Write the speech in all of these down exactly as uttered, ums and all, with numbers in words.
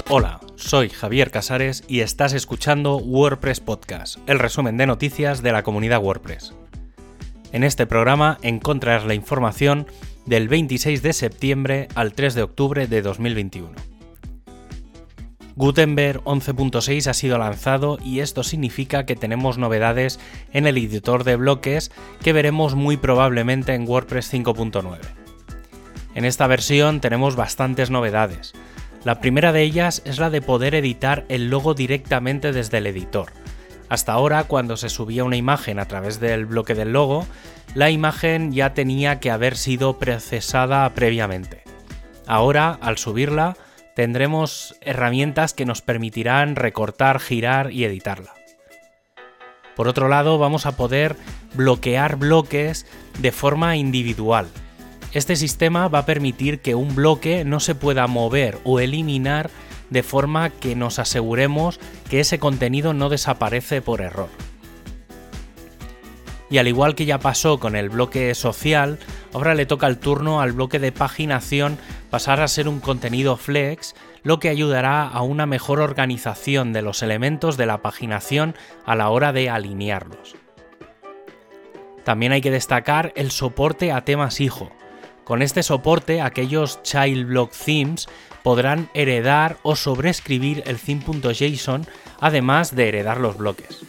Hola, soy Javier Casares y estás escuchando WordPress Podcast, el resumen de noticias de la comunidad WordPress. En este programa encontrarás la información del veintiséis de septiembre al tres de octubre de dos mil veintiuno. Gutenberg once punto seis ha sido lanzado y esto significa que tenemos novedades en el editor de bloques que veremos muy probablemente en WordPress cinco punto nueve. En esta versión tenemos bastantes novedades. La primera de ellas es la de poder editar el logo directamente desde el editor. Hasta ahora, cuando se subía una imagen a través del bloque del logo, la imagen ya tenía que haber sido procesada previamente. Ahora, al subirla, tendremos herramientas que nos permitirán recortar, girar y editarla. Por otro lado, vamos a poder bloquear bloques de forma individual. Este sistema va a permitir que un bloque no se pueda mover o eliminar de forma que nos aseguremos que ese contenido no desaparece por error. Y al igual que ya pasó con el bloque social, ahora le toca el turno al bloque de paginación pasar a ser un contenido flex, lo que ayudará a una mejor organización de los elementos de la paginación a la hora de alinearlos. También hay que destacar el soporte a temas hijo. Con este soporte, aquellos child block themes podrán heredar o sobreescribir el theme.json, además de heredar los bloques.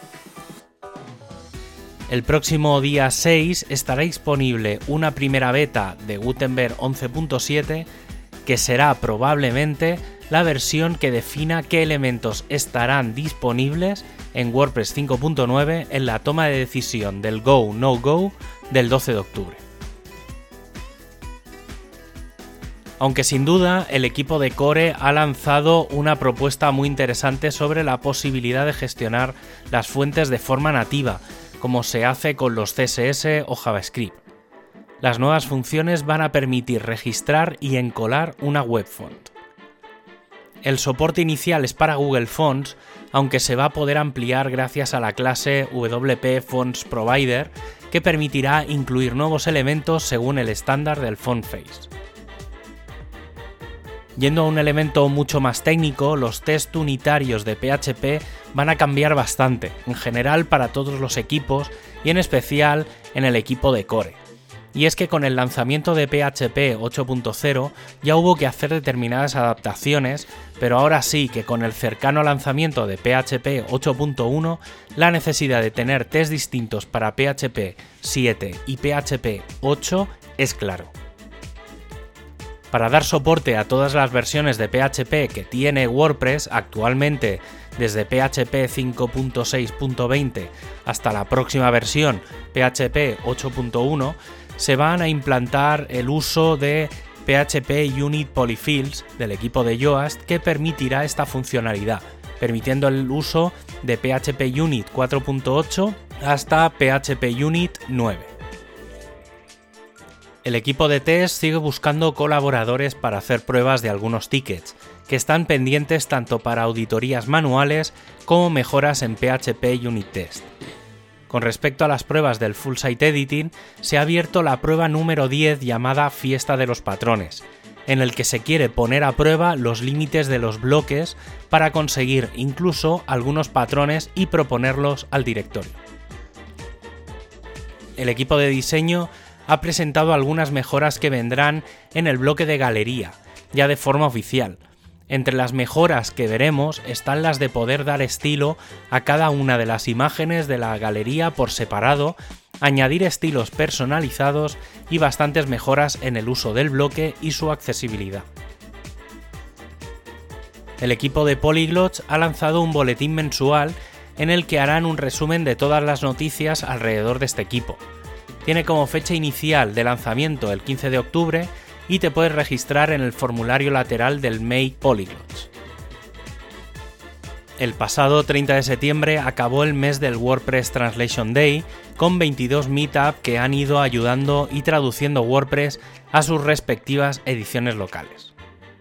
El próximo día seis estará disponible una primera beta de Gutenberg once punto siete, que será probablemente la versión que defina qué elementos estarán disponibles en WordPress cinco punto nueve en la toma de decisión del Go No Go del doce de octubre. Aunque sin duda el equipo de Core ha lanzado una propuesta muy interesante sobre la posibilidad de gestionar las fuentes de forma nativa, como se hace con los C S S o JavaScript. Las nuevas funciones van a permitir registrar y encolar una web font. El soporte inicial es para Google Fonts, aunque se va a poder ampliar gracias a la clase W P Fonts Provider, que permitirá incluir nuevos elementos según el estándar del font face. Yendo a un elemento mucho más técnico, los test unitarios de P H P van a cambiar bastante, en general para todos los equipos y en especial en el equipo de Core. Y es que con el lanzamiento de P H P ocho punto cero ya hubo que hacer determinadas adaptaciones, pero ahora sí que con el cercano lanzamiento de P H P ocho punto uno, la necesidad de tener test distintos para P H P siete y P H P ocho es claro. Para dar soporte a todas las versiones de P H P que tiene WordPress actualmente, desde P H P cinco punto seis punto veinte hasta la próxima versión P H P ocho punto uno, se van a implantar el uso de P H P Unit Polyfills del equipo de Yoast, que permitirá esta funcionalidad, permitiendo el uso de P H P Unit cuatro punto ocho hasta P H P Unit nueve. El equipo de test sigue buscando colaboradores para hacer pruebas de algunos tickets, que están pendientes tanto para auditorías manuales como mejoras en P H P Unit Test. Con respecto a las pruebas del Full Site Editing, se ha abierto la prueba número diez llamada Fiesta de los Patrones, en el que se quiere poner a prueba los límites de los bloques para conseguir incluso algunos patrones y proponerlos al directorio. El equipo de diseño ha presentado algunas mejoras que vendrán en el bloque de galería, ya de forma oficial. Entre las mejoras que veremos están las de poder dar estilo a cada una de las imágenes de la galería por separado, añadir estilos personalizados y bastantes mejoras en el uso del bloque y su accesibilidad. El equipo de Polyglots ha lanzado un boletín mensual en el que harán un resumen de todas las noticias alrededor de este equipo. Tiene como fecha inicial de lanzamiento el quince de octubre y te puedes registrar en el formulario lateral del Make Polyglots. El pasado treinta de septiembre acabó el mes del WordPress Translation Day con veintidós meetup que han ido ayudando y traduciendo WordPress a sus respectivas ediciones locales.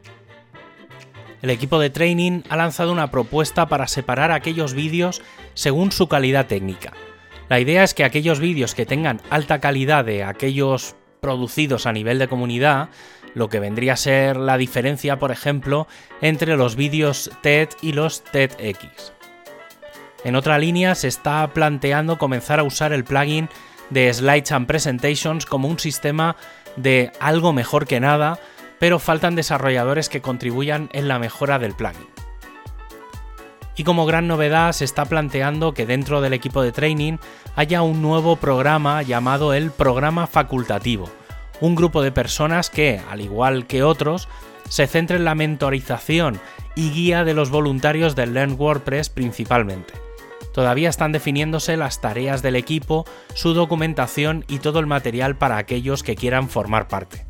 El equipo de training ha lanzado una propuesta para separar aquellos vídeos según su calidad técnica. La idea es que aquellos vídeos que tengan alta calidad de aquellos producidos a nivel de comunidad lo que vendría a ser la diferencia, por ejemplo, entre los vídeos TED y los TEDx. En otra línea, se está planteando comenzar a usar el plugin de Slides and Presentations como un sistema de algo mejor que nada, pero faltan desarrolladores que contribuyan en la mejora del plugin. Y como gran novedad, se está planteando que dentro del equipo de training haya un nuevo programa llamado el Programa Facultativo, un grupo de personas que, al igual que otros, se centre en la mentorización y guía de los voluntarios del Learn WordPress principalmente. Todavía están definiéndose las tareas del equipo, su documentación y todo el material para aquellos que quieran formar parte.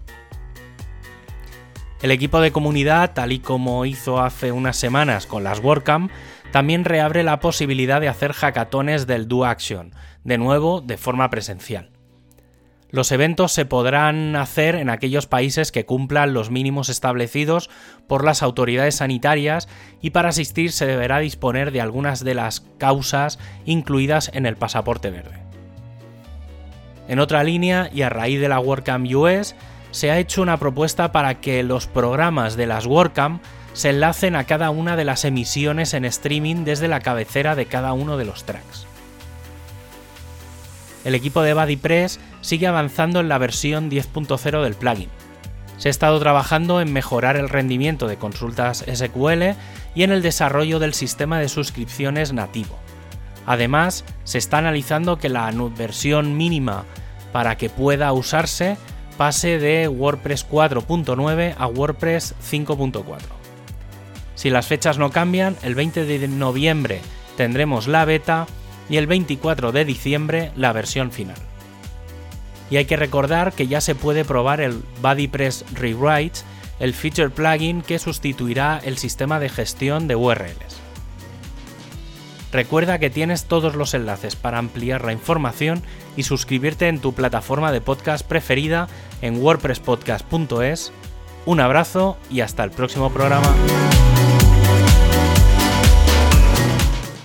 El equipo de comunidad, tal y como hizo hace unas semanas con las WordCamp, también reabre la posibilidad de hacer hackatones del Do Action, de nuevo de forma presencial. Los eventos se podrán hacer en aquellos países que cumplan los mínimos establecidos por las autoridades sanitarias y para asistir se deberá disponer de algunas de las causas incluidas en el pasaporte verde. En otra línea, y a raíz de la WordCamp U S, se ha hecho una propuesta para que los programas de las WordCamp se enlacen a cada una de las emisiones en streaming desde la cabecera de cada uno de los tracks. El equipo de BuddyPress sigue avanzando en la versión diez punto cero del plugin. Se ha estado trabajando en mejorar el rendimiento de consultas S Q L y en el desarrollo del sistema de suscripciones nativo. Además, se está analizando que la versión mínima para que pueda usarse pase de WordPress cuatro punto nueve a WordPress cinco punto cuatro. Si las fechas no cambian, el veinte de noviembre tendremos la beta y el veinticuatro de diciembre la versión final. Y hay que recordar que ya se puede probar el BuddyPress Rewrites, el feature plugin que sustituirá el sistema de gestión de U R Ls. Recuerda que tienes todos los enlaces para ampliar la información y suscribirte en tu plataforma de podcast preferida en wordpress podcast punto es. Un abrazo y hasta el próximo programa.